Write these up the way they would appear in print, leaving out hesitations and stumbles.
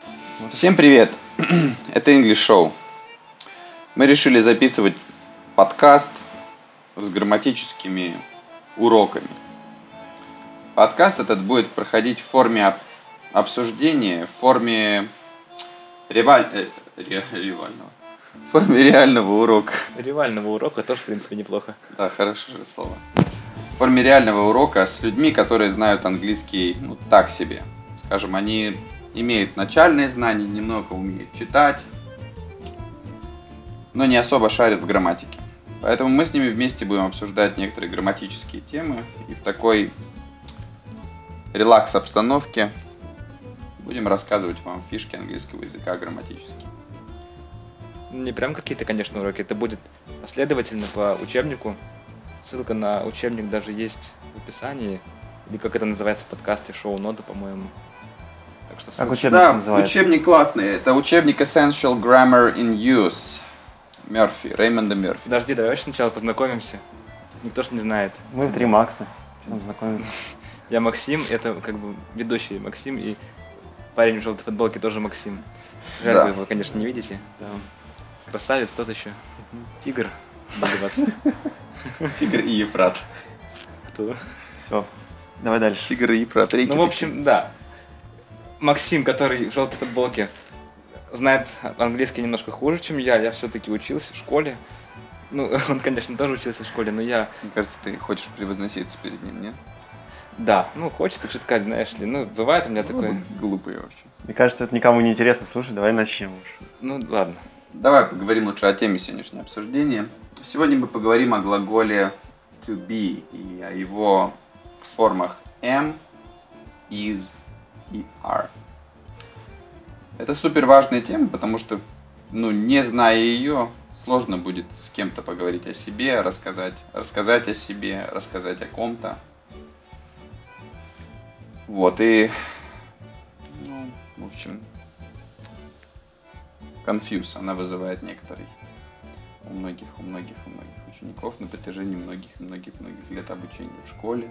Всем привет! Это English Show. Мы решили записывать подкаст с грамматическими уроками. Подкаст этот будет проходить в форме обсуждения, в форме реального урока. Ревального урока тоже, в принципе, неплохо. Да, хорошее же слово. В форме реального урока с людьми, которые знают английский, так себе. Скажем, они имеют начальные знания, немного умеют читать, но не особо шарят в грамматике. Поэтому мы с ними вместе будем обсуждать некоторые грамматические темы и в такой релакс-обстановке будем рассказывать вам фишки английского языка грамматически. Не прям какие-то, конечно, уроки, это будет последовательно по учебнику. Ссылка на учебник даже есть в описании, или как это называется в подкасте, шоу-ноты, по-моему. Так что Как учебник называется? Учебник классный. Это учебник Essential Grammar in Use. Реймонда Мерфи. Подожди, давай вообще сначала познакомимся. Никто ж не знает. Мы в 3 Макса. Чем знакомиться? Я Максим, это как бы ведущий Максим, и парень в желтой футболке тоже Максим. Жаль, Да. вы его, конечно, не видите. Да. Красавец тот еще. Тигр. Называться. Тигр и Ефрат. Кто? Все. Давай дальше. Тигр и Ефрат. Ну, в общем, да. Максим, который в желтой футболке, знает английский немножко хуже, чем я. Я все-таки учился в школе. Ну, он, конечно, тоже учился в школе, но я... Мне кажется, ты хочешь превозноситься перед ним, нет? Да, ну, хочется что-то сказать, знаешь ли. Ну, бывает у меня такое... Глупый вообще. Мне кажется, это никому не интересно. Слушай, давай начнем уж. Ну, ладно. Давай поговорим лучше о теме сегодняшнего обсуждения. Сегодня мы поговорим о глаголе to be и о его формах am, is и are. Это супер важная тема, потому что, не зная ее, сложно будет с кем-то поговорить о себе, рассказать о себе, рассказать о ком-то. Вот, и, в общем, конфьюз она вызывает некоторый у многих учеников на протяжении многих лет обучения в школе.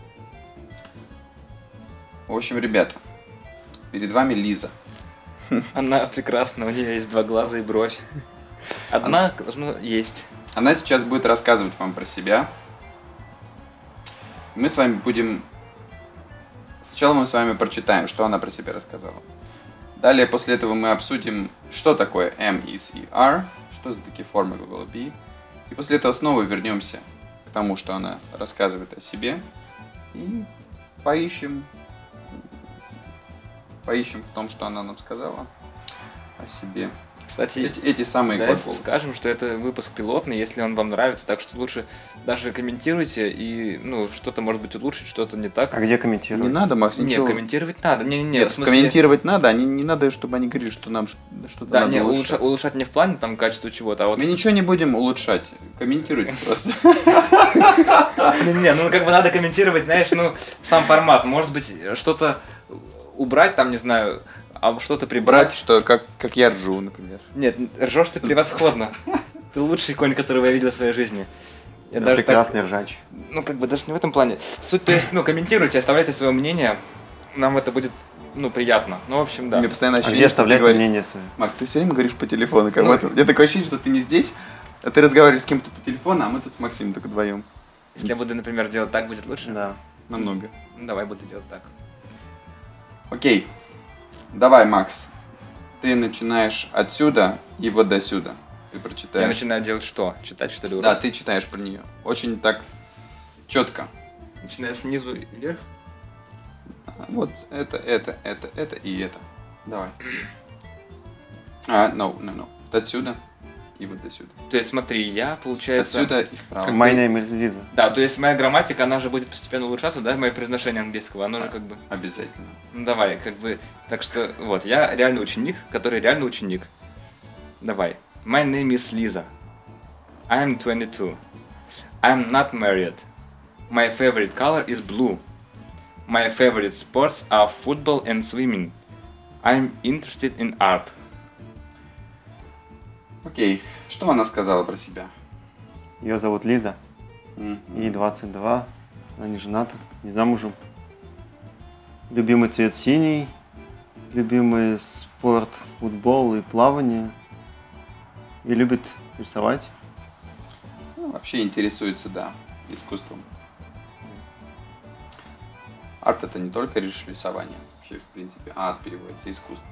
В общем, ребята, перед вами Лиза. Она прекрасна, у нее есть 2 глаза и бровь. Одна должна есть. Она сейчас будет рассказывать вам про себя. Сначала мы с вами прочитаем, что она про себя рассказала. Далее, после этого мы обсудим, что такое am, is и are, что за такие формы глагола be. И после этого снова вернемся к тому, что она рассказывает о себе. И поищем в том, что она нам сказала о себе. Кстати, Эти самые давайте глаголы. скажем, что это выпуск пилотный, если он вам нравится, так что лучше даже комментируйте и, что-то может быть улучшить, что-то не так. А где комментировать? Не надо, Макс, Нет, ничего. комментировать надо. Нет, в смысле... комментировать надо, не надо, чтобы они говорили, что нам что-то Да, надо не, улучшать. улучшать не в плане там качества чего-то, а вот... Мы ничего не будем улучшать, комментируйте просто. Не, как бы надо комментировать, знаешь, сам формат. Может быть, что-то убрать там, не знаю, а что-то прибрать. Брать, что как я ржу, например. Нет, ржешь ты превосходно. Ты лучший конь, которого я видел в своей жизни. Я даже прекрасный ржач. даже не в этом плане. Суть, то есть, комментируйте, оставляйте свое мнение. Нам это будет, приятно. Ну, в общем, да. Мне постоянно А ощущение, где что ты оставлять говоришь- мнение свое? Макс, ты все время говоришь по телефону, как будто. Мне такое ощущение, что ты не здесь, а ты разговариваешь с кем-то по телефону, а мы тут с Максимом только вдвоем. Если я буду, например, делать так, будет лучше? Да. Намного. Ну, давай буду делать так. Окей. Давай, Макс. Ты начинаешь отсюда и вот до сюда. Ты прочитаешь. Я начинаю делать что? Читать, что ли, урок? Да, ты читаешь про нее. Очень так четко. Начиная снизу вверх? Вот это и это. Давай. No. Отсюда и вот до сюда. То есть, смотри, я, получается... Отсюда и вправо. My name is Lisa. Да, то есть моя грамматика, она же будет постепенно улучшаться, да, мое произношение английского, оно же как бы... Обязательно. Ну давай, так что, вот, я реальный ученик, который реально ученик. Давай. My name is Lisa. I am 22. I am not married. My favorite color is blue. My favorite sports are football and swimming. I am interested in art. Окей. Что она сказала про себя? Ее зовут Лиза. Мгм. Ей 22. Она не жената, не замужем. Любимый цвет синий. Любимый спорт футбол и плавание. И любит рисовать. Ну, вообще интересуется, да, искусством. Арт это не только рисование, вообще в принципе арт переводится искусство.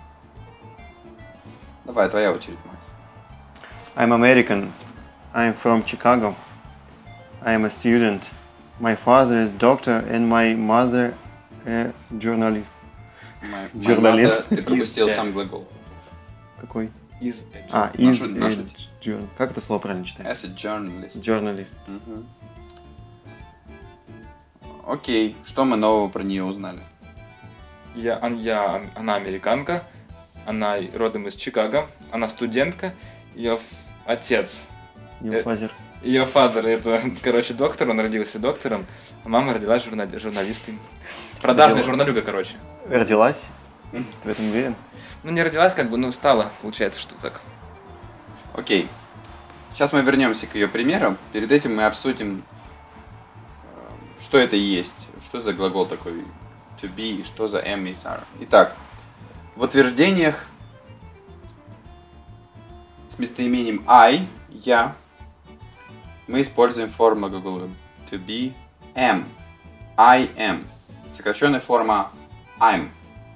Давай, твоя очередь, Макс. I'm American. I'm from Chicago. I'm a student. My father is doctor and my mother a journalist. Журналист. Ты пропустил сам глагол. Какой? Is Нашу- Как это слово правильно читать? As a journalist. Journalist. Мгм. Окей, что мы нового про нее узнали? Она американка, она родом из Чикаго, она студентка, ее отец, Его фазер. ее фадер это, короче, доктор, он родился доктором, а мама родилась журналистом. Продажная журналюга, короче. Родилась? Ты в этом уверен? Ну, не родилась, как бы, ну, стала, получается, что так. Окей. Сейчас мы вернемся к ее примеру. Перед этим мы обсудим, что это есть, что за глагол такой to be, и что за am is are. Итак, в утверждениях с местоимением I, я, мы используем форму глагола to be, am, I am. Сокращенная форма I'm.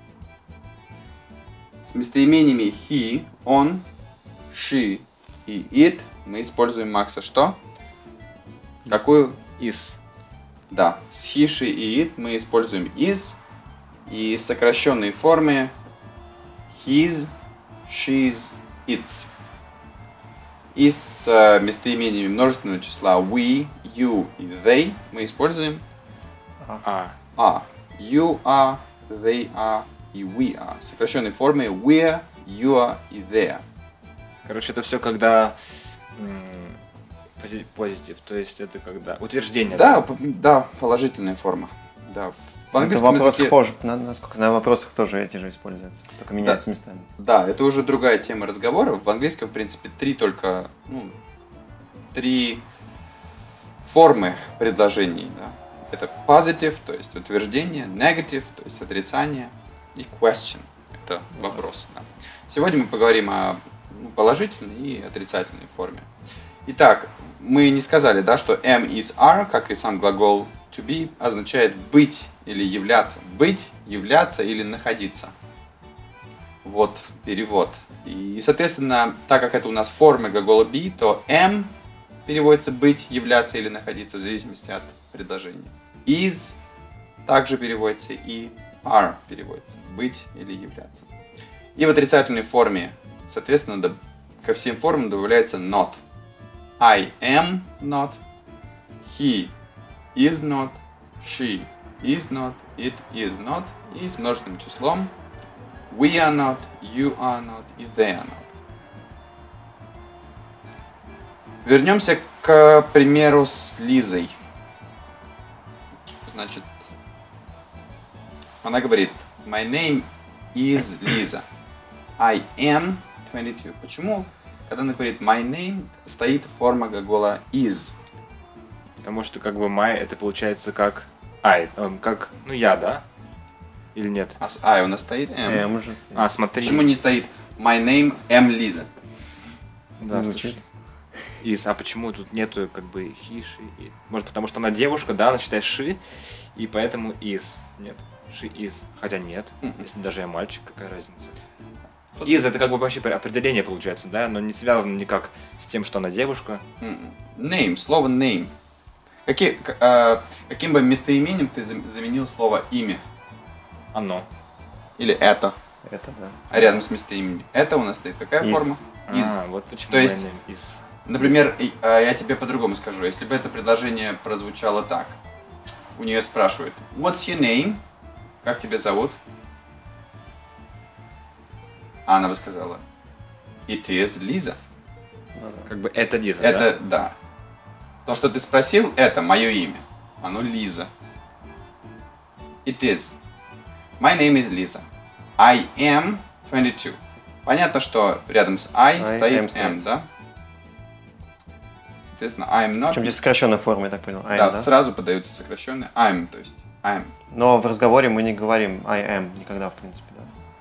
С местоимениями he, он, she и it мы используем, Макса, что? Какую? Is. Да, с he, she и it мы используем is. И сокращенные формы his, she's, its. И с местоимениями множественного числа we, you и they мы используем are. You are, they are и we are. Сокращенные формы we're, you are и they are. Короче, это все когда позитив, то есть это когда утверждение. Да, положительная форма. Да, в английском языке... Насколько знаю, в вопросах тоже эти же используются, только меняются местами. Да, это уже другая тема разговора. В английском, в принципе, три формы предложений. Да. Это positive, то есть утверждение, negative, то есть отрицание, и question, это вопрос. Да. Сегодня мы поговорим о положительной и отрицательной форме. Итак, мы не сказали, да, что am is are, как и сам глагол to be, означает быть или являться. Быть, являться или находиться. Вот перевод. И, соответственно, так как это у нас форма глагола be, то am переводится быть, являться или находиться в зависимости от предложения. Is также переводится и are переводится. Быть или являться. И в отрицательной форме, соответственно, ко всем формам добавляется not. I am not. He is not. She is not. It is not. И с множественным числом we are not, you are not и they are not. Вернемся к примеру с Лизой. Значит, она говорит, my name is Lisa. I am 22. Почему, когда она говорит my name, стоит форма глагола is? Потому что как бы my это получается как I, как, я, да? Или нет? А с I у нас стоит am. Уже стоит. Смотри. Почему не стоит my name am Lisa? Да, Звучит. Is, а почему тут нету как бы he, she, it? Может потому что она девушка, да, она считает she, и поэтому is. Нет, she is. Хотя нет, если даже я мальчик, какая разница? Is это как бы вообще определение получается, да, но не связано никак с тем, что она девушка. Name, слово name. Каким бы местоимением ты заменил слово имя? Оно. Или это? Это, да. А рядом с местоименем это у нас стоит какая Is. форма? А, вот почему То есть, my name is. Например, я тебе по-другому скажу. Если бы это предложение прозвучало так. У нее спрашивают, what's your name? Как тебя зовут? А она бы сказала, it is Lisa. Ну да. Как бы это Лиза, да? Это, да. То, что ты спросил, это мое имя. Оно Лиза. It is. My name is Lisa. I am 22. Понятно, что рядом с I стоит am am, да? Соответственно, I'm not. Причем здесь сокращенная форма, я так понял. I'm, Да, да? сразу подается сокращенное I'm, то есть I'm. Но в разговоре мы не говорим I am никогда, в принципе, да.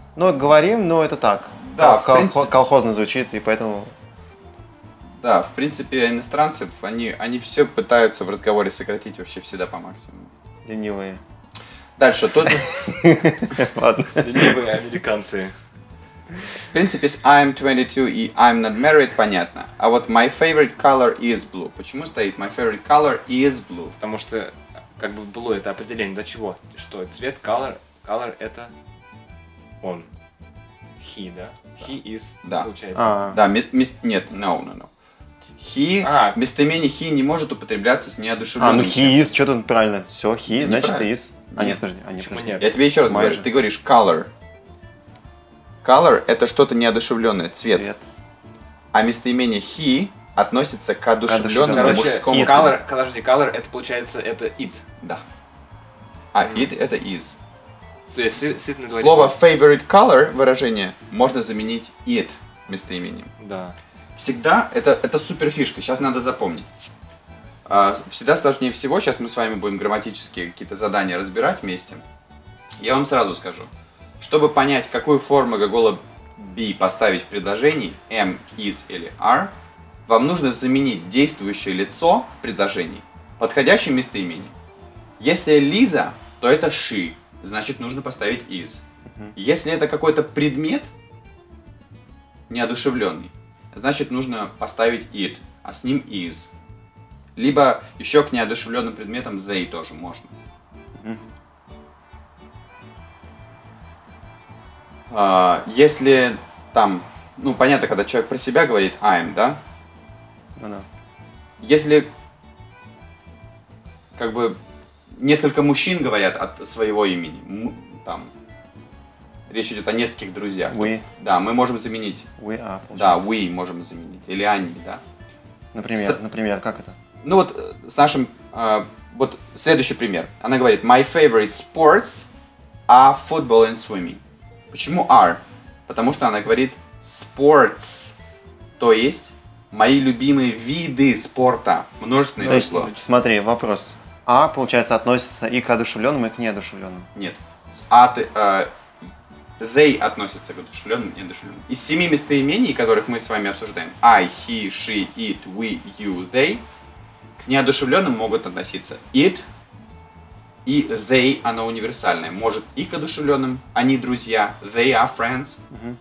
Ну, говорим, но это так. Да, в принципе. Колхозно звучит, и поэтому... Да, в принципе, иностранцев, они все пытаются в разговоре сократить вообще всегда по максимуму. Ленивые. Дальше, тут, Ладно. Ленивые американцы. в принципе, с I'm 22 и I'm not married понятно. А вот my favorite color is blue. Почему стоит my favorite color is blue? Потому что, как бы, blue это определение для чего? Что? Цвет, color это он. He, да? He is, Да. получается. Да, нет, no. He, А. местоимение he не может употребляться с неодушевленным. Ну he is, что тут правильно? Все, he, значит Неправильно. is. А нет, подожди. Почему подожди. нет? Я тебе еще раз Майже. говорю, ты говоришь color. Color это что-то неодушевленное, цвет. Цвет. А местоимение he относится к одушевленному Короче, мужскому it. цвету. Color это получается это it. Да. А it это is. То есть действительно говорить. Слово favorite color, выражение, можно заменить it местоимением. Да. Всегда, это супер фишка, сейчас надо запомнить. Всегда сложнее всего, сейчас мы с вами будем грамматические какие-то задания разбирать вместе. Я вам сразу скажу, чтобы понять, какую форму глагола be поставить в предложении, am, is или are, вам нужно заменить действующее лицо в предложении подходящим местоимением. Если Лиза, то это she, значит нужно поставить is. Если это какой-то предмет неодушевленный, значит нужно поставить it, а с ним is. Либо еще к неодушевленным предметам they тоже можно. Если там, ну понятно, когда человек про себя говорит I'm, да? Ну, Если как бы несколько мужчин говорят от своего имени, там речь идет о нескольких друзьях. We. Да, мы можем заменить. We are, Да, получается. we можем заменить. Или они, да. Например, как это? Ну вот с нашим, вот следующий пример. Она говорит, my favorite sports are football and swimming. Почему are? Потому что она говорит sports, то есть мои любимые виды спорта, множественное То есть, число. смотри, вопрос. А, получается, относится и к одушевленным, и к неодушевленным. Нет. They относятся к одушевленным и неодушевленным. Из 7 местоимений, которых мы с вами обсуждаем, I, he, she, it, we, you, they, к неодушевленным могут относиться it и they, оно универсальное. Может и к одушевленным, они друзья, they are friends,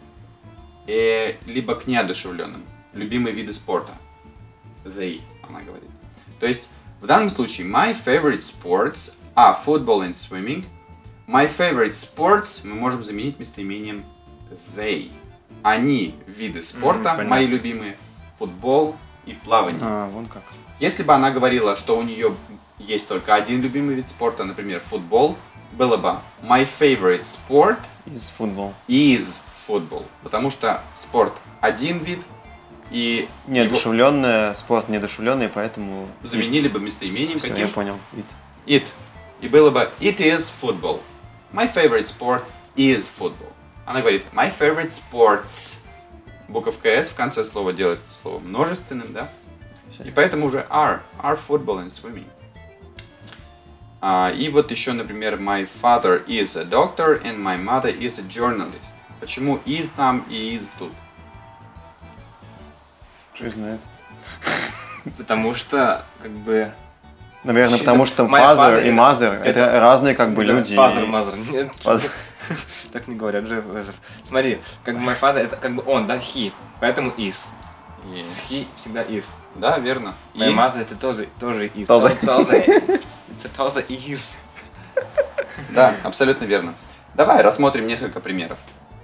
либо к неодушевленным, любимые виды спорта. They, она говорит. То есть, в данном случае, my favorite sports are football and swimming. My favorite sports мы можем заменить местоимением they. Они виды спорта, понятно. мои любимые, футбол и плавание. А, вон как. Если бы она говорила, что у нее есть только один любимый вид спорта, например, футбол, было бы my favorite sport Из футбол. is football. Потому что спорт один вид, и его Неодушевленное, спорт неодушевленный, поэтому... заменили бы местоимением Всё, каким? я понял. It. И было бы it is football. My favorite sport is football. Она говорит my favorite sports. Буковка S в конце слова делает слово множественным, да? Всё. И поэтому уже are football and swimming. И вот еще, например, my father is a doctor and my mother is a journalist. Почему is там и is тут? Что знает. Потому что, как бы... Наверное, потому что My father father и mother это разные как бы люди. Father, и- mother. Нет, Father. так не говорят же. father. Смотри, как бы my father это как бы он, да, he. Поэтому is. С he всегда is. Да, верно. My И mother это тоже is. Тоже. Это тоже is. да, абсолютно верно. Давай рассмотрим несколько примеров.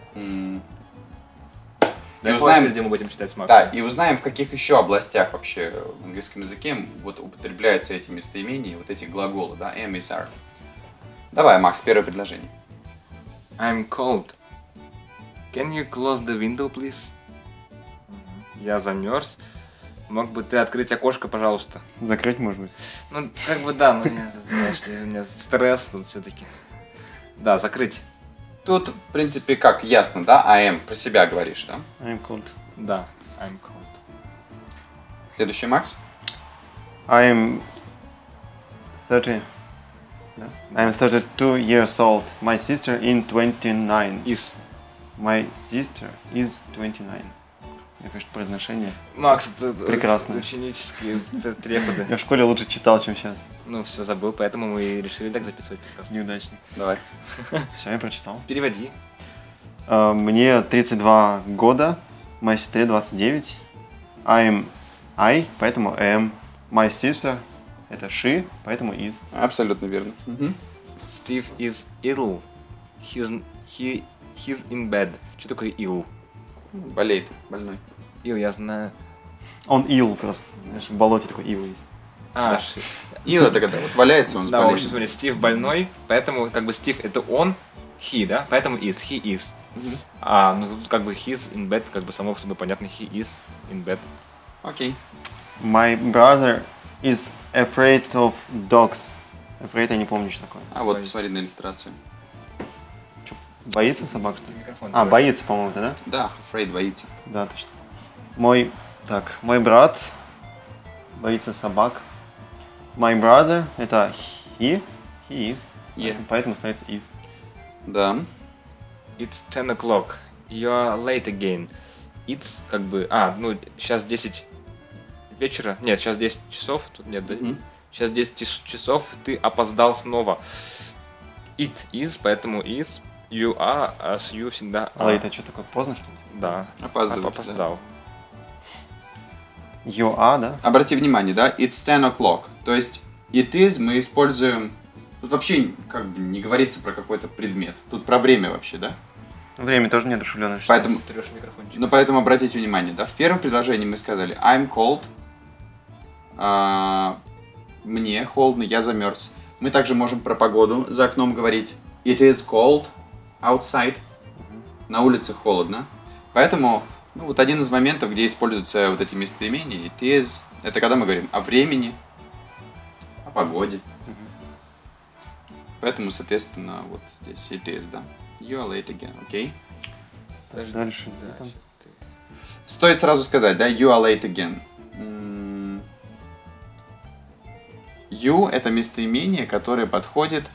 Да, И по узнаем- очереди мы будем читать с Максом. Да, и узнаем, в каких еще областях вообще в английском языке вот употребляются эти местоимения, вот эти глаголы, да, am, is, are. Давай, Макс, первое предложение. I'm cold. Can you close the window, please? Я замерз. Мог бы ты открыть окошко, пожалуйста? Закрыть, может быть. Ну, как бы да, но я, знаешь ли, у меня стресс тут все-таки. Да, закрыть. Тут, в принципе, как ясно, да, I am, про себя говоришь, да? I'm cold. Да, I'm cold. Следующий, Макс. I'm 30. да? I'm 32 years old. My sister in 29. Is. My sister is 29. Мне кажется, произношение. Макс, это Прекрасно. ученические треподы. Я в школе лучше читал, чем сейчас. Ну, все забыл, поэтому мы и решили так записывать подкаст. Неудачник. Давай. Все, я прочитал. Переводи. Мне 32 года, моей сестре 29. I'm I, поэтому am. My sister — это she, поэтому is. Абсолютно верно. Steve is ill. He's in bed. Что такое ill? Болеет, больной. Ill, я знаю. Он ill просто. Знаешь, в болоте такой ill есть. А, Ил это когда вот валяется он с да, в болезнью. общем, смотри, Стив больной, поэтому как бы Стив это он, he, да, поэтому he is. А, ну тут как бы he's in bed, как бы само собой понятно, he is in bed. Окей. My brother is afraid of dogs. Afraid, я не помню, что такое. А вот Боится. посмотри на иллюстрацию. Боится собак, что ли? Микрофон А, твой. боится, по-моему, это, да? Да, Фрейд боится. Да, точно. Мой брат боится собак. My brother — это he is. Yeah. Поэтому ставится is. Да. It's 10 o'clock. You're late again. It's как бы... А, ну сейчас 10 вечера. Нет, сейчас 10 часов. Тут нет, да? Сейчас 10 часов, ты опоздал снова. It is, поэтому is. You are, as you всегда А are. это что такое, поздно, что ли? Да. Опаздывать, Опоздал. You are, да? Обрати внимание, да? It's 10 o'clock. То есть it is мы используем... Тут вообще как бы не говорится про какой-то предмет. Тут про время вообще, да? Время тоже неодушевленное. Поэтому- Трешь микрофончик. Ну, поэтому обратите внимание, да? В первом предложении мы сказали I'm cold. Мне холодно, я замерз. Мы также можем про погоду за окном говорить. It is cold outside. На улице холодно. Поэтому, ну, вот один из моментов, где используются вот эти местоимения, it is, это когда мы говорим о времени, о погоде. Поэтому, соответственно, вот здесь it is, да. You are late again, окей? Подожди. Дальше. Да, Там. щас ты. Стоит сразу сказать, да, you are late again. You — это местоимение, которое подходит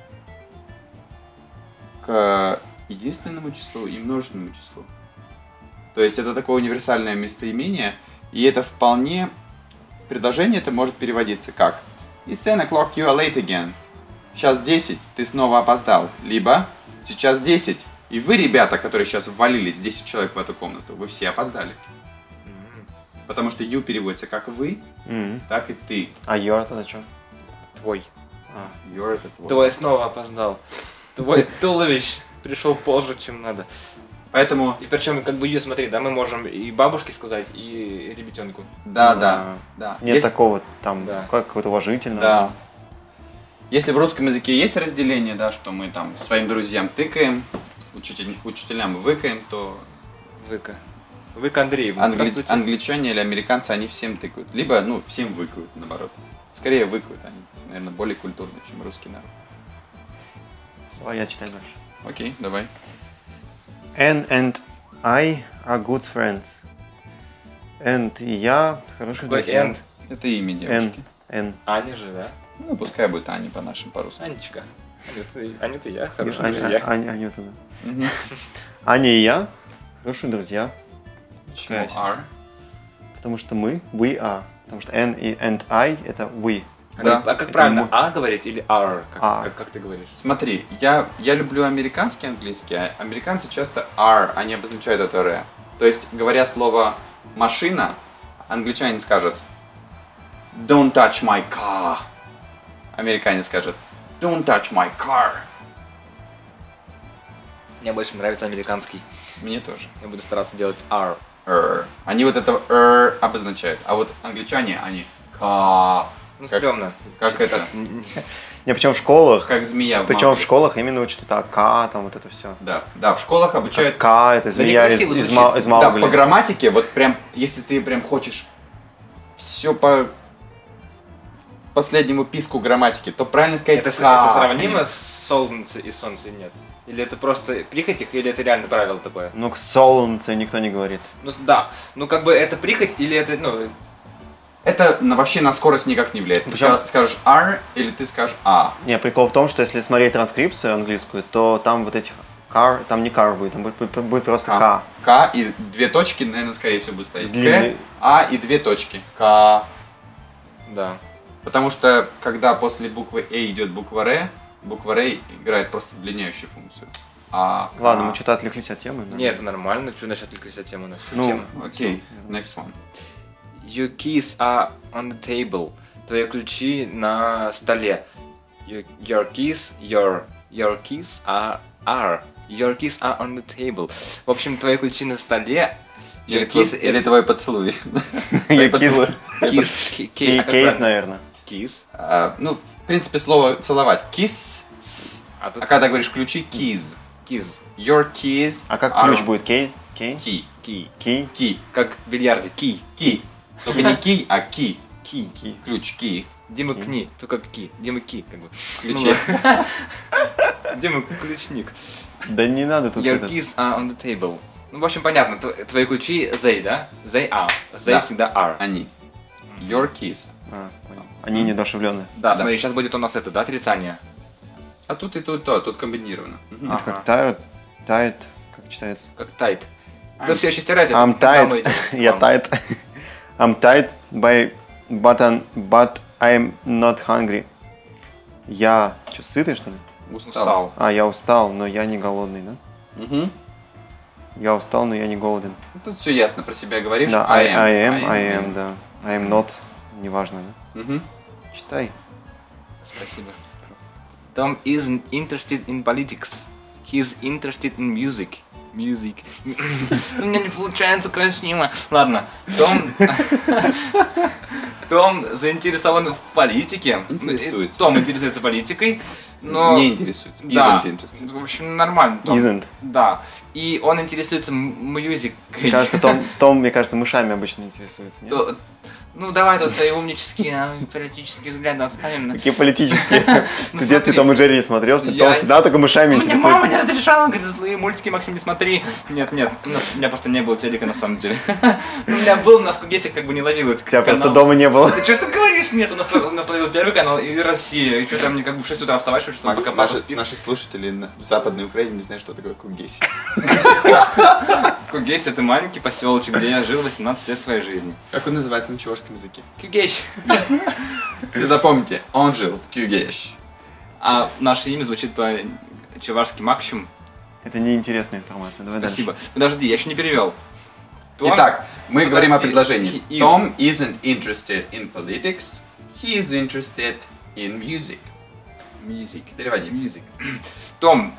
к единственному числу и множественному числу. То есть это такое универсальное местоимение, и это вполне... Предложение это может переводиться как It's 10 o'clock, you are late again. Сейчас 10, ты снова опоздал. Либо сейчас 10, и вы, ребята, которые сейчас ввалились, 10 человек в эту комнату, вы все опоздали. Потому что you переводится как вы, Мгм. так и ты. А your тогда что? Твой. Your это твой. Твой снова опоздал. Твой туловищ пришел позже, чем надо. Поэтому, И причем, как бы ее смотри, да, мы можем и бабушке сказать, и ребятенку. да, Ну, да, да. Нет Если- такого там, Да. как какое-то уважительное. Да. Если в русском языке есть разделение, да, что мы там своим друзьям тыкаем, учителям выкаем, то Выка. Выка Андреевна, здравствуйте. англичане или американцы, они всем тыкают. Либо, ну, всем выкают, наоборот. Скорее выкают, они, наверное, более культурные, чем русский народ. Давай я читаю дальше. Окей, давай. Anne and I are good friends. And и я хорошие Какой друзья. Энд? Это имя девушки. N. Аня же, да? Ну, пускай будет Аня по-нашему, по-русски. Анечка. Анюта и я, хорошие Аня, друзья. Аня, да. Мгм. Аня и я хорошие друзья. Почему Кайся. are? Потому что мы, we are. Потому что N и and I это we. Да. А как Это правильно, мы. А говорить или R? А. Как ты говоришь? Смотри, я люблю американский английский, а американцы часто are, они обозначают это R. То есть, говоря слово машина, англичанин скажет Don't touch my car. Американец скажет Don't touch my car. Мне больше нравится американский. Мне тоже. Я буду стараться делать R. R. Они вот это R обозначают. А вот англичане, они car. Ну, Как- стрёмно. как это? Не, причем в школах, Как змея в причем в Маугли. школах именно учат это К, там вот это все. Да, да, в школах обучают. К это змея некрасиво из звучит. из Да, Маугли. по грамматике, вот прям, если ты прям хочешь все по последнему писку грамматики, то правильно сказать Это, «ка». это сравнимо с солнце и солнце или нет? Или это просто прихоть их, или это реально правило такое? Ну, к солнце никто не говорит. Ну да, ну как бы это прихоть или это, ну, Это вообще на скорость никак не влияет. Ты Причем- скажешь R или ты скажешь А. Не, прикол в том, что если смотреть транскрипцию английскую, то там вот этих Car, там не car будет, там будет просто K. К и две точки, наверное, скорее всего, будут стоять. Длинный. К, А и две точки. К. Да. Потому что, когда после буквы А идет буква Р играет просто удлиняющую функцию. А, Ладно, мы что-то отвлеклись от темы. Да? Нет, это нормально. Что насчет отвлеклись от темы? У нас всё Ну, тема. Окей, next one. Your keys are on the table. Твои ключи на столе. Your keys are on the table. В общем, твои ключи на столе. Или, Your keys или твой поцелуй. Your Твой поцелуй. Кейс, наверное. Keys. Ну, в принципе, слово целовать. Kiss. А тут А когда говоришь ключи, keys. keys. Your keys. А как are ключ on- будет? Кей? Кей? Key. Key. Кей? Key. Как в бильярде. Key. Key. Только не key, а key. Key. Кей. Ключ, key. Дима кни. Только ки. Дима ки. Как бы. Ключи. Дима ключник. Да не надо тут Your этот. keys are on the table. Ну, в общем, понятно. Твои ключи they, да? They are. They Да. всегда are. Они. Your keys. А, понял. Они недушевленные. Да, Да. смотри, сейчас будет у нас это, да, отрицание. А тут и то, тут комбинировано. Мгм. Это как tired, как читается? Как tight. Вы все еще стираете. I'm когда tired. мы эти- Я tired. I'm tired but I'm not hungry. Я что, сытый, что ли? Устал. А, я устал, но я не голодный, да? Мгм. Я устал, но я не голоден. Тут все ясно, про себя говоришь. Да, I am, да. I am not, неважно, да? Мгм. Читай. Спасибо. Tom isn't interested in politics. He's interested in music. Music. У меня не получается красиво. Ладно. Том заинтересован в политике. Интересуется. Том интересуется политикой, но... Не интересуется. Да. Isn't interested. В общем, нормально. Том. Isn't. Да. И он интересуется мьюзикой. Мне кажется, Том, мне кажется, мышами обычно интересуется. Нет? То- Ну, давай тут свои умнические политические взгляды оставим. Какие политические? Ты в детстве смотри. Том и Джерри не смотрел, что Я- Том всегда только мышами Мне мама не интересуется. разрешала, говорит, злые мультики, Максим, не смотри. Нет, у меня просто не было телека на самом деле. У меня был, нас Кугесик как бы не ловил этот Тебя просто канал. дома не было. Ты что ты говоришь? Нет, у нас ловил первый канал и Россия. И что там мне как бы в 6 утра вставать, чтобы Макс, пока папа наши, спит. наши слушатели в Западной Украине не знают, что такое кугеси. Кугесь это маленький поселочек, где я жил 18 лет своей жизни. Как он называется на чувашском языке? Кугесь. Все запомните, он жил в Кюгеш. А наше имя звучит по-чувашски Максим. Это неинтересная информация. Давай Спасибо. Подожди, я еще не перевел. Итак, мы говорим о Подожди, предложении. he is- Tom isn't interested in politics, he is interested in music. Music. Переводи. Music. Том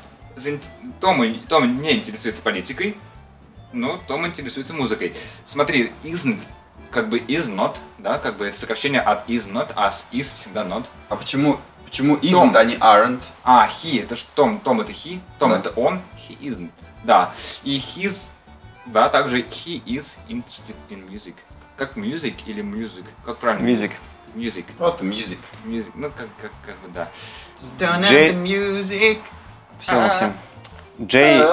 не интересуется политикой, но Том интересуется музыкой. Смотри, isn't, как бы is not, да, как бы сокращение от is not, as is всегда not. А почему isn't, а не aren't? А, he, это ж Том это he, Том Да. это он, he isn't. Да, и his, да, также he is interested in music. Как music или music? Как правильно? Music. Music. Просто music. Music. Ну, как бы, да. Don't Jay- have the music. Все, Максим. Джей...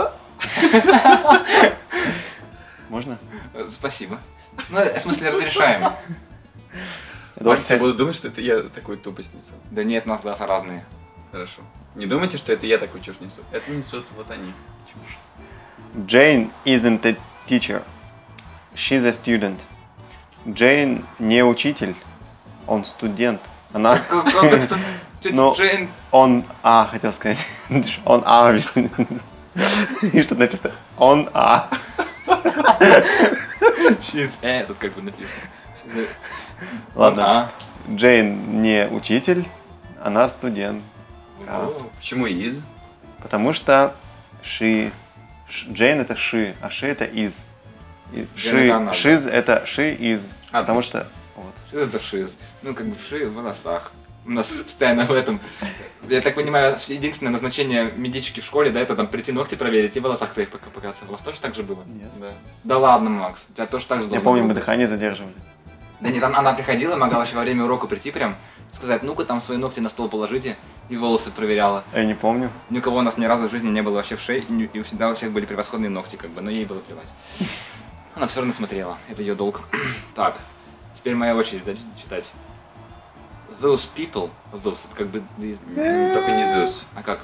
Можно? Спасибо. Ну, в смысле, разрешаем. Макс, я буду думать, что это я такую тупость несу. Да нет, у нас глаза разные. Хорошо. Не думайте, что это я такую чушь несу. Это несут вот они. Jane isn't a teacher. She's a student. Джейн не учитель. Он студент. Она... Как это? Тетя Ну, Джейн. Он... хотел сказать. Он И что написано? Он She's тут как бы написано. Ладно. Джейн не учитель. Она студент. Почему is? Потому что Джейн это she, а she это is. И Джейн это она, she's это she is. Потому Отлично. что... Вот. Шиз да шиз. Ну, как бы ши в волосах. У нас постоянно в этом. Я так понимаю, единственное назначение медички в школе, да, это там прийти ногти проверить и в волосах твоих покопаться. У вас тоже так же было? Нет. Да. Да ладно, Макс, у тебя тоже так же Я должно помню, было мы быть. дыхание задерживали. Да нет, она приходила, могла вообще во время урока прийти прям, сказать, ну-ка там свои ногти на стол положите, и волосы проверяла. Я не помню. Ни у кого у нас ни разу в жизни не было вообще в шее, и всегда у всех были превосходные ногти, как бы, но ей было плевать. Она все равно смотрела, это ее долг. Так, теперь моя очередь, да, читать. Those people, those, это как бы... Только не those. А как?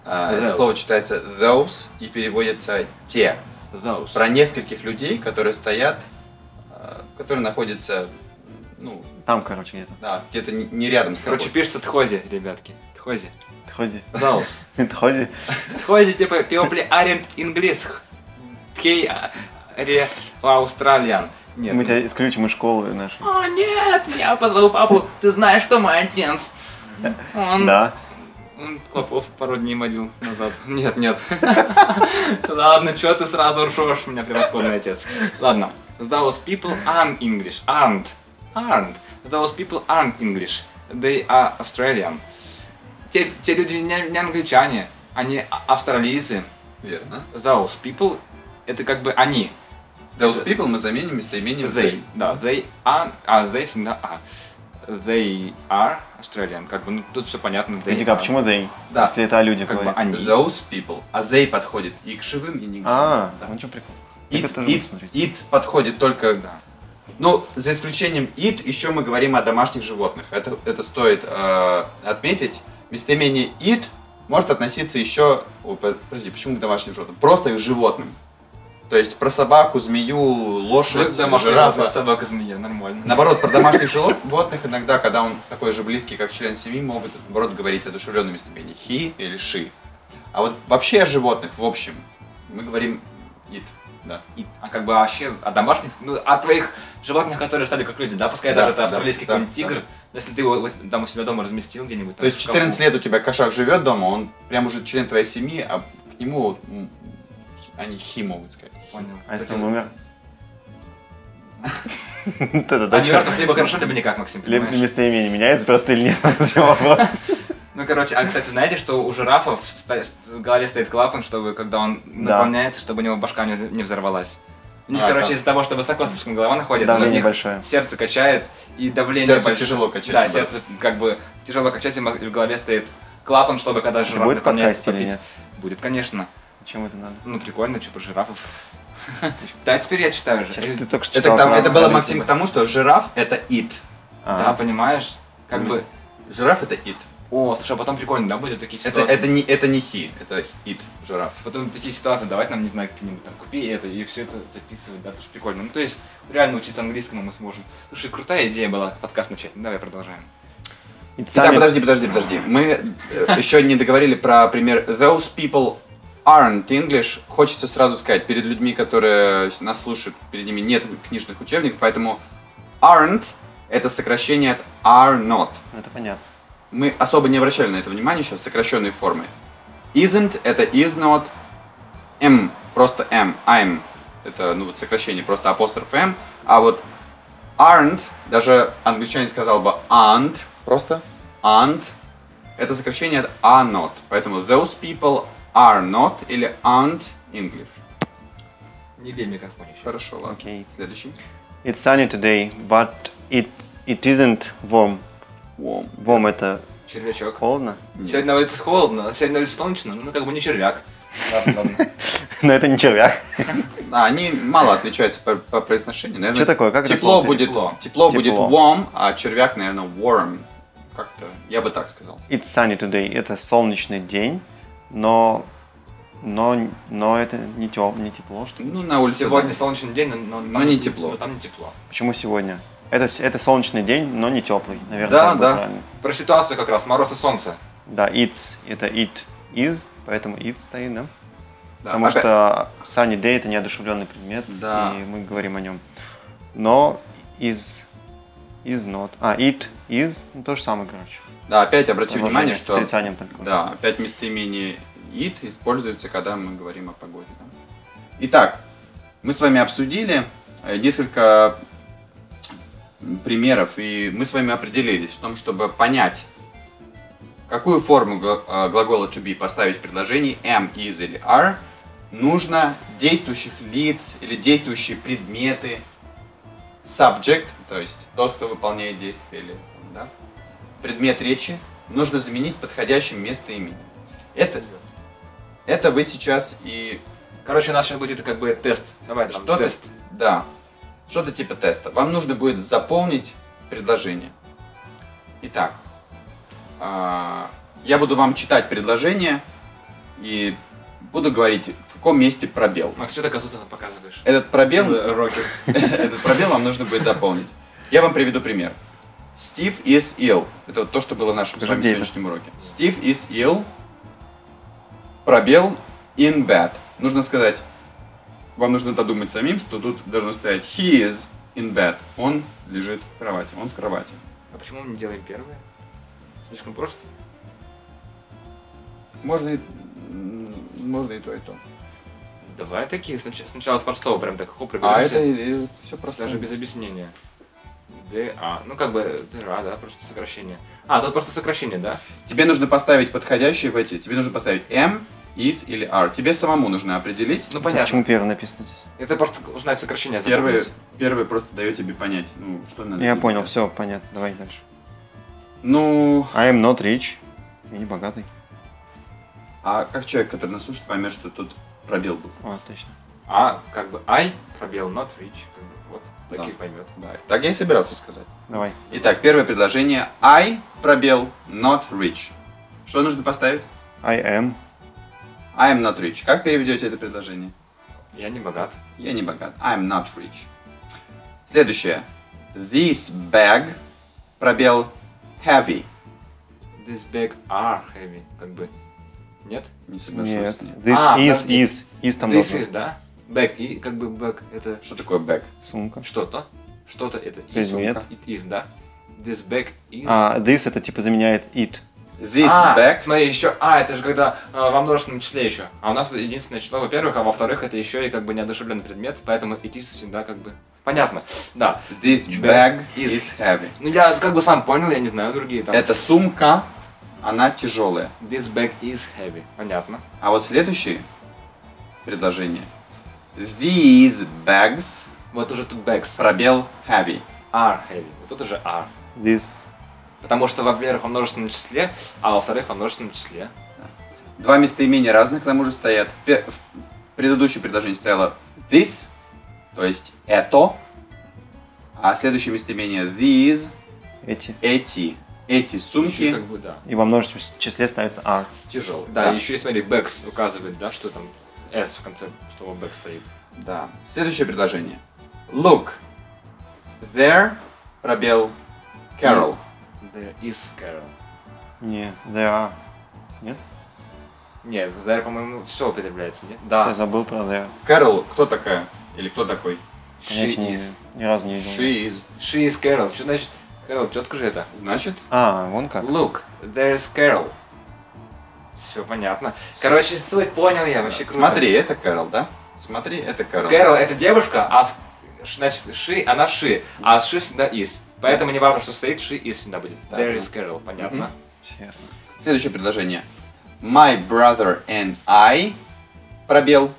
Это Those. слово читается those и переводится те. Those. Про нескольких людей, которые стоят, которые находятся, ну, Там, короче, где-то. да, где-то не рядом с тобой. Короче, пишется тхози, ребятки. Тхози. Тходи. Those. Тходи. Тхози people aren't English. Тхей ре Australian. Нет. Мы тебя исключим из школы нашей. О, нет, я позову папу. Ты знаешь, что мой отец? Он Да. Клопов пару дней модил назад. Нет, нет. Ладно, чё ты сразу ржешь? У меня превосходный отец. Ладно. Those people aren't English. Aren't. Those people aren't English. They are Australian. Те люди не англичане. Они австралийцы. Верно. Those people это как бы они. Those people мы заменим местоимением They. they. Да, they are. А they всегда they are Australian. Как бы, ну, тут все понятно. They Видите, а are. почему they? Да. Если это о людях Как бы говорится. они. Those people. А they подходит и к живым, и не к живым. Да. Ну что прикол. It, Это тоже буду it, смотреть. it подходит только... Да. Ну, за исключением it, еще мы говорим о домашних животных. Это стоит отметить. Местоимение it может относиться еще... Подожди, почему к домашним животным? Просто к животным. То есть про собаку, змею, лошадь, жирафа. Собака, змея, нормально. Наоборот, про домашних животных иногда, когда он такой же близкий, как член семьи, могут, наоборот, говорить одушевленном местоимении he или she. А вот вообще о животных, в общем, мы говорим it. Да. А как бы вообще о домашних, ну, о твоих животных, которые стали как люди, да? Пускай Да, даже это да, австралийский да, какой-нибудь тигр, если ты его там у себя дома разместил где-нибудь. То есть 14 лет у тебя кошак живет дома, он прям уже член твоей семьи, а к нему они he могут сказать. Понял. А если Кстати, он умер? А мертвых либо хорошо, либо никак, Максим, понимаешь? Местоимение меняется просто или нет? Это вопрос. Ну, короче, а, кстати, знаете, что у жирафов в голове стоит клапан, чтобы, когда он наклоняется, чтобы у него башка не взорвалась. У них, короче, да. из-за того, что высоко слишком голова находится, у Давление них большое. сердце качает и давление Сердце большое. тяжело качать, Да, да. сердце как бы тяжело качать, и в голове стоит клапан, чтобы когда жираф будет в наклоняется, подкасте или попить. нет? Будет, конечно. Зачем это надо? Ну, прикольно, что про жирафов. Да, теперь я читаю же. Ты только что Это, читал про это было, австралийцев. Максим, к тому, что жираф это it. Да, понимаешь? Как бы... Жираф это it. О, слушай, а потом прикольно, да, будет такие Это ситуации. это не he, это it, жираф. Потом такие ситуации, давать нам, не знаю, как-нибудь там, купи это и все это записывать, да, тоже прикольно. Ну, то есть, реально учиться английскому мы сможем. Слушай, крутая идея была подкаст начать. Ну, давай продолжаем. Итак, подожди. Мы еще не договорили про пример those people aren't English. Хочется сразу сказать, перед людьми, которые нас слушают, перед ними нет книжных учебников, поэтому aren't это сокращение от are not. Это понятно. Мы особо не обращали на это внимание сейчас, сокращенные формы. Isn't это is not, am просто am, I'm это ну вот сокращение, просто апостроф m, а вот aren't, даже англичанин сказал бы aren't, просто aren't, это сокращение от are not, поэтому those people are not или aren't English. Не бей микрофон еще. Хорошо, ладно. Окей. Следующий. It's sunny today, but it isn't warm. Warm. Warm это Червячок. холодно? Сегодня на улице холодно, а сегодня на улице солнечно, ну как бы не червяк. Ладно. Но это не червяк. Да, они мало отличаются по произношению. Наверное, Что такое? Как это тепло слово? будет, Тепло. тепло будет Тепло. warm, а червяк, наверное, warm. Как-то, я бы так сказал. It's sunny today. Это солнечный день, но это не тепло, что ли? Ну, на улице. Сегодня да. солнечный день, но Но не тепло. но там не тепло. Почему сегодня? Это солнечный день, но не теплый, наверное. Да, так будет да. правильно. Про ситуацию как раз, мороз и солнце. Да, it's это it is, поэтому it стоит, да? Да, Потому опять- что sunny day это неодушевленный предмет, Да. и мы говорим о нем. Но is not. It is, ну, то же самое, короче. Да, опять обрати Предложение внимание, с что отрицанием только. да, опять местоимение it используется, когда мы говорим о погоде. Да? Итак, мы с вами обсудили несколько примеров, и мы с вами определились в том, чтобы понять, какую форму глагола to be поставить в предложении am, is или are, нужно действующих лиц или действующие предметы, subject, то есть тот, кто выполняет действие, или да, предмет речи, нужно заменить подходящим местоимением. Это вы сейчас и Короче, у нас сейчас будет как бы тест. Давай там что-то, тест. да, что-то типа теста. Вам нужно будет заполнить предложение. Итак, я буду вам читать предложение, и буду говорить, в каком месте пробел. Макс, что ты козу показываешь? Этот пробел, Что за рокер? этот пробел вам нужно будет заполнить. Я вам приведу пример. Steve is ill. Это вот то, что было в нашем с вами Где это? сегодняшнем уроке. Steve is ill. Пробел in bed. Нужно сказать, вам нужно додумать самим, что тут должно стоять he is in bed. Он лежит в кровати. Он в кровати. А почему мы не делаем первое? Слишком просто? Можно и то, и то. Давай такие. Сначала с простого прям так хоп, А проберемся. это все просто. Даже без объяснения. ДА. Ну как бы ДРА, да, просто сокращение. А, тут просто сокращение, да? Тебе нужно поставить подходящие в эти. Тебе нужно поставить M, is или R. Тебе самому нужно определить. Ну Почему понятно. первый написано здесь? Это просто узнать сокращение. Первый просто дает тебе понять, ну, что надо. Я тебе понял, делать. все, понятно. Давай дальше. Ну, I am not rich. Я не богатый. а как человек, который нас слушает, поймет, что тут пробел был? А, точно. А, как бы I, пробел, not rich. Как бы, вот, так Да. и поймет. Да, так я и собирался сказать. Давай. Итак, первое предложение. I, пробел, not rich. Что нужно поставить? I am. I am not rich. Как переведете это предложение? Я не богат. Я не богат. I am not rich. Следующее. This bag, пробел, heavy. This bag are heavy. Как бы. Нет? Не соглашусь. Нет. Нет. This А, is, подожди. is там This должно is, быть. да? Bag. И как бы bag это Что такое bag? Сумка. что-то. Что-то это Предмет. It is, да? This bag is... А, this это типа заменяет it. This А, bag. смотри, еще, это же когда во множественном числе еще. А у нас единственное число, во-первых, а во-вторых, это еще и как бы неодушевленный предмет, поэтому it is всегда как бы... Понятно, да. This bag is heavy. Ну я как бы сам понял, я не знаю другие там. Эта сумка, она тяжелая. This bag is heavy, понятно. А вот следующее предложение. These bags, Вот уже тут bags пробел, heavy. are heavy, вот тут уже are. This. Потому что, во-первых, во множественном числе, а во-вторых, во множественном числе. Два местоимения разных к тому же стоят. В предыдущем предложении стояло this, то есть это, а следующее местоимение these, Эти. эти. Эти Еще сумки как бы, да. И во множественном числе ставится are. тяжелые. Да, еще и смотри, bags указывает, да, что там S в конце слова back стоит. Да. Следующее предложение. Look. There, пробел, Carol. There is Carol. Не, there are. Нет? Нет, there, по-моему, все употребляется, нет? Ты Да. забыл про there. Carol, кто такая? Или кто такой? Понятия не, is. ни разу не видел. She is. She is Carol. Что значит Carol? Четко же это. Значит, А, вон как. Look, there is Carol. Все понятно. Короче, суть понял я, вообще круто. смотри, это Carol, да? Смотри, это Carol. Carol это девушка, а значит she, она she, а she всегда is. Поэтому не важно, что стоит, she is всегда будет. Да, There да. is Carol, понятно. Честно. Следующее предложение. My brother and I, пробел,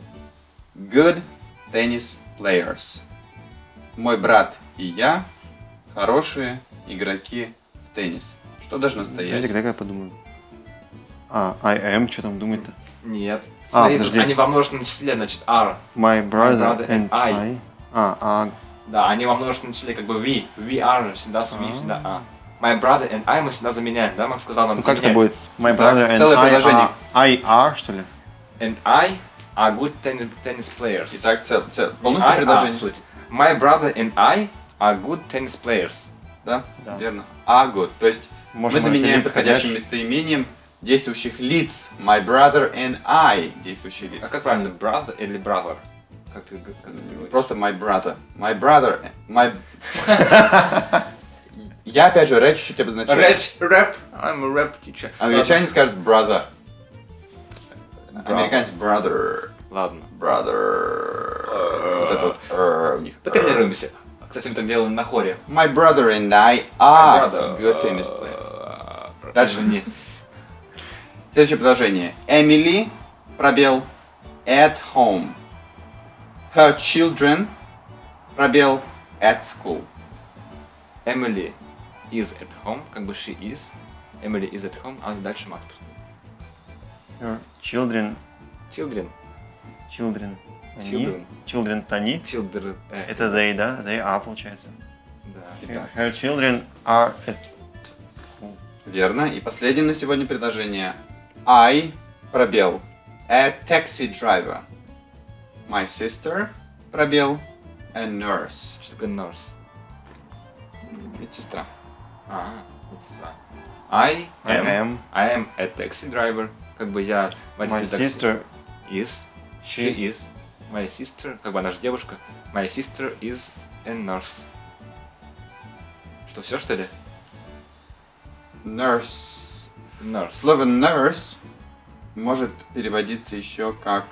good tennis players. Мой брат и я хорошие игроки в теннис. Что должно Подожди, стоять? дай-ка я подумаю. А, I am, что там думать-то? Нет. А, Смотри, тут подожди. они во множественном числе, значит, are. My brother brother and and I. I. А, Да, они во множественном числе, как бы we. We are, всегда с we, всегда а. My brother and I мы всегда заменяем, да? Макс сказал нам ну как это заменять. будет? My Так, brother and целое I предложение. I are, что ли? And I are good tennis players. Итак, полностью I предложение. are, суть. My brother and I are good tennis players. Да? Да. Верно. А, good. То есть Можем мы заменяем разделить, подходящим конечно. местоимением действующих лиц. My brother and I. Действующие лица. А как правильно, brother или brother? Как ты говоришь? Просто my brother. My brother. My... Я опять же рэп чуть-чуть обозначаю. Рэп. I'm a rap teacher. Англичане скажут brother. Американцы brother. Ладно. Brother. Вот это вот у них. Потренируемся. Кстати, мы так делали на хоре. My brother and I are good tennis players. Дальше. Извини. Следующее предложение. Emily, пробел, at home. Her children, пробел, at school. Emily is at home, как бы she is. Emily is at home, а дальше Макс. Your children. Children. Они. Children. Children они. Children. Это they, да? They are, получается. Да. Итак, Her children are at school. верно. И последнее на сегодня предложение. I, пробел. A taxi driver. My sister, пробел. A nurse. Что такое nurse? Медсестра. Медсестра. I am a taxi driver. Как бы я my водитель такси. sister. Is. She She is. My sister. Как бы она же девушка. My sister is a nurse. Что, все что ли? Nurse. Nurse. Слово nurse может переводиться еще как...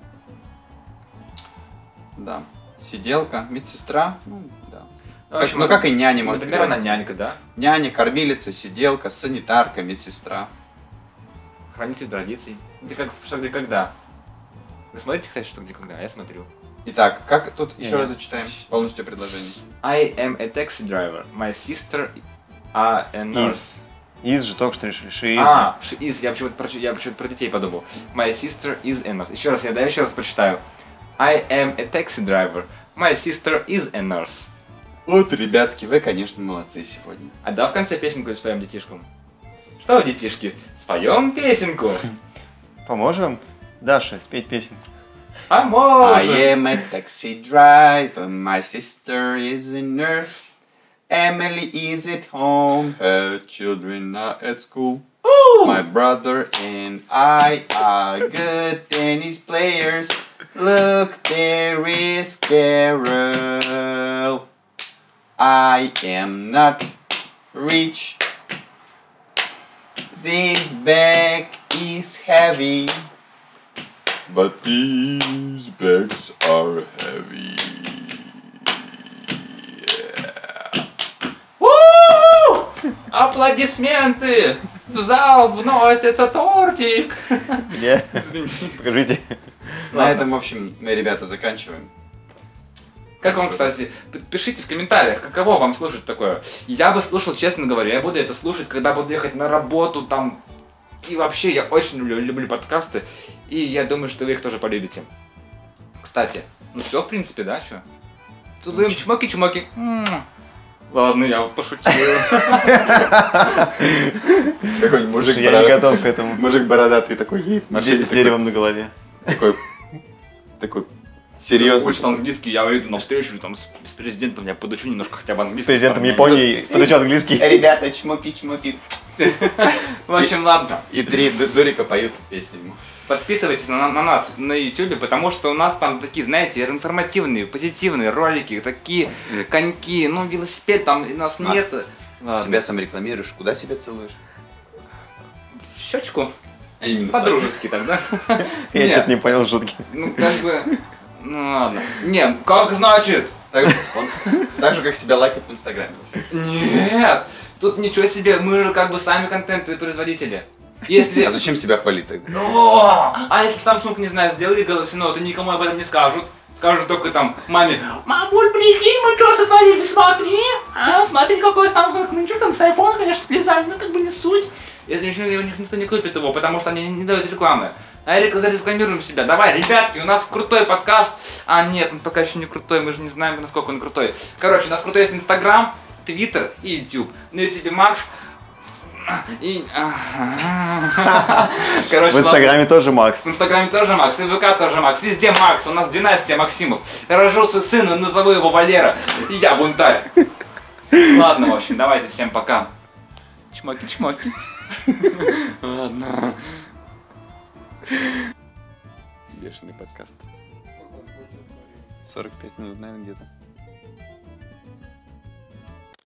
Да. Сиделка, медсестра. Ну, да. В общем, Как и няня может например, она переводиться. нянька, да? Няня, кормилица, сиделка, санитарка, медсестра. Хранитель традиций. Где как, что, где, когда. Вы смотрите, кстати, что, где, когда? Я смотрю. Итак, как тут еще Нет. раз зачитаем полностью предложение. I am a taxi driver. My sister a nurse. Is же только что решили. She is. She is. Я почему-то про детей подумал. My sister is a nurse. Еще раз прочитаю. I am a taxi driver. My sister is a nurse. Вот, ребятки, вы, конечно, молодцы сегодня. А да, в конце песенку споем детишкам. Что вы, детишки, споем песенку? Поможем? Даша, спеть песню. I Поможем! am a taxi driver, my sister is a nurse. Emily is at home, her children are at school. My brother and I are good tennis players. Look, there is Carol. I am not rich. This bag is heavy. But these bags are heavy. У-у-у! Аплодисменты! В зал вносится тортик! Где? Покажите. На этом, в общем, мы, ребята, заканчиваем. Как вам, кстати, пишите в комментариях, каково вам слушать такое. Я бы слушал, честно говоря, я буду это слушать, когда буду ехать на работу, там. И вообще, я очень люблю подкасты, и я думаю, что вы их тоже полюбите. Кстати, ну все, в принципе, да, чё? Целуем, чмоки-чмоки. Ладно, я пошутил. Какой мужик Я не готов к этому. Мужик бородатый такой едет в машине. С деревом на голове. Такой серьезный. Учит английский, я иду на встречу там с президентом, я подучу немножко хотя бы С английский. президентом Японии подучу английский. Ребята, чмоки-чмоки. В общем, ладно. И три дурика поют песни ему. Подписывайтесь на нас на YouTube, потому что у нас там такие, знаете, информативные, позитивные ролики, такие коньки, ну, велосипед там у нас Макс, нет. Ладно. Себя сам рекламируешь, куда себя целуешь? В щечку. А именно По-дружески тогда. Я что-то не понял шутки. Ну, как бы... Ну, ладно. Не, как значит? так же, как себя лайкать в Инстаграме. Нет! Тут ничего себе, мы же как бы сами контент-производители. Если... А зачем себя хвалить тогда? А если Samsung, не знаю, сделали Galaxy Note, то никому об этом не скажут. Скажут только там маме: мамуль, прикинь, мы что сотворили, смотри. Смотри, какой Samsung. Ну ничего, там с iPhone, конечно, слезали, но как бы не суть. Если ничего, у них никто не купит его, потому что они не дают рекламы. А зарекламируем себя. Давай, ребятки, у нас крутой подкаст. А нет, он пока еще не крутой, мы же не знаем, насколько он крутой. Короче, у нас крутой есть Instagram, Twitter и YouTube. На YouTube Макс. И... Короче, В Инстаграме тоже Макс. в Инстаграме тоже Макс, и в ВК тоже Макс, везде Макс, у нас династия Максимов. Рожился сын, назову его Валера, и я бунтарь. Ладно, в общем, давайте, всем пока. Чмоки-чмоки. Ладно. Бешеный подкаст. 45 минут, наверное, где-то.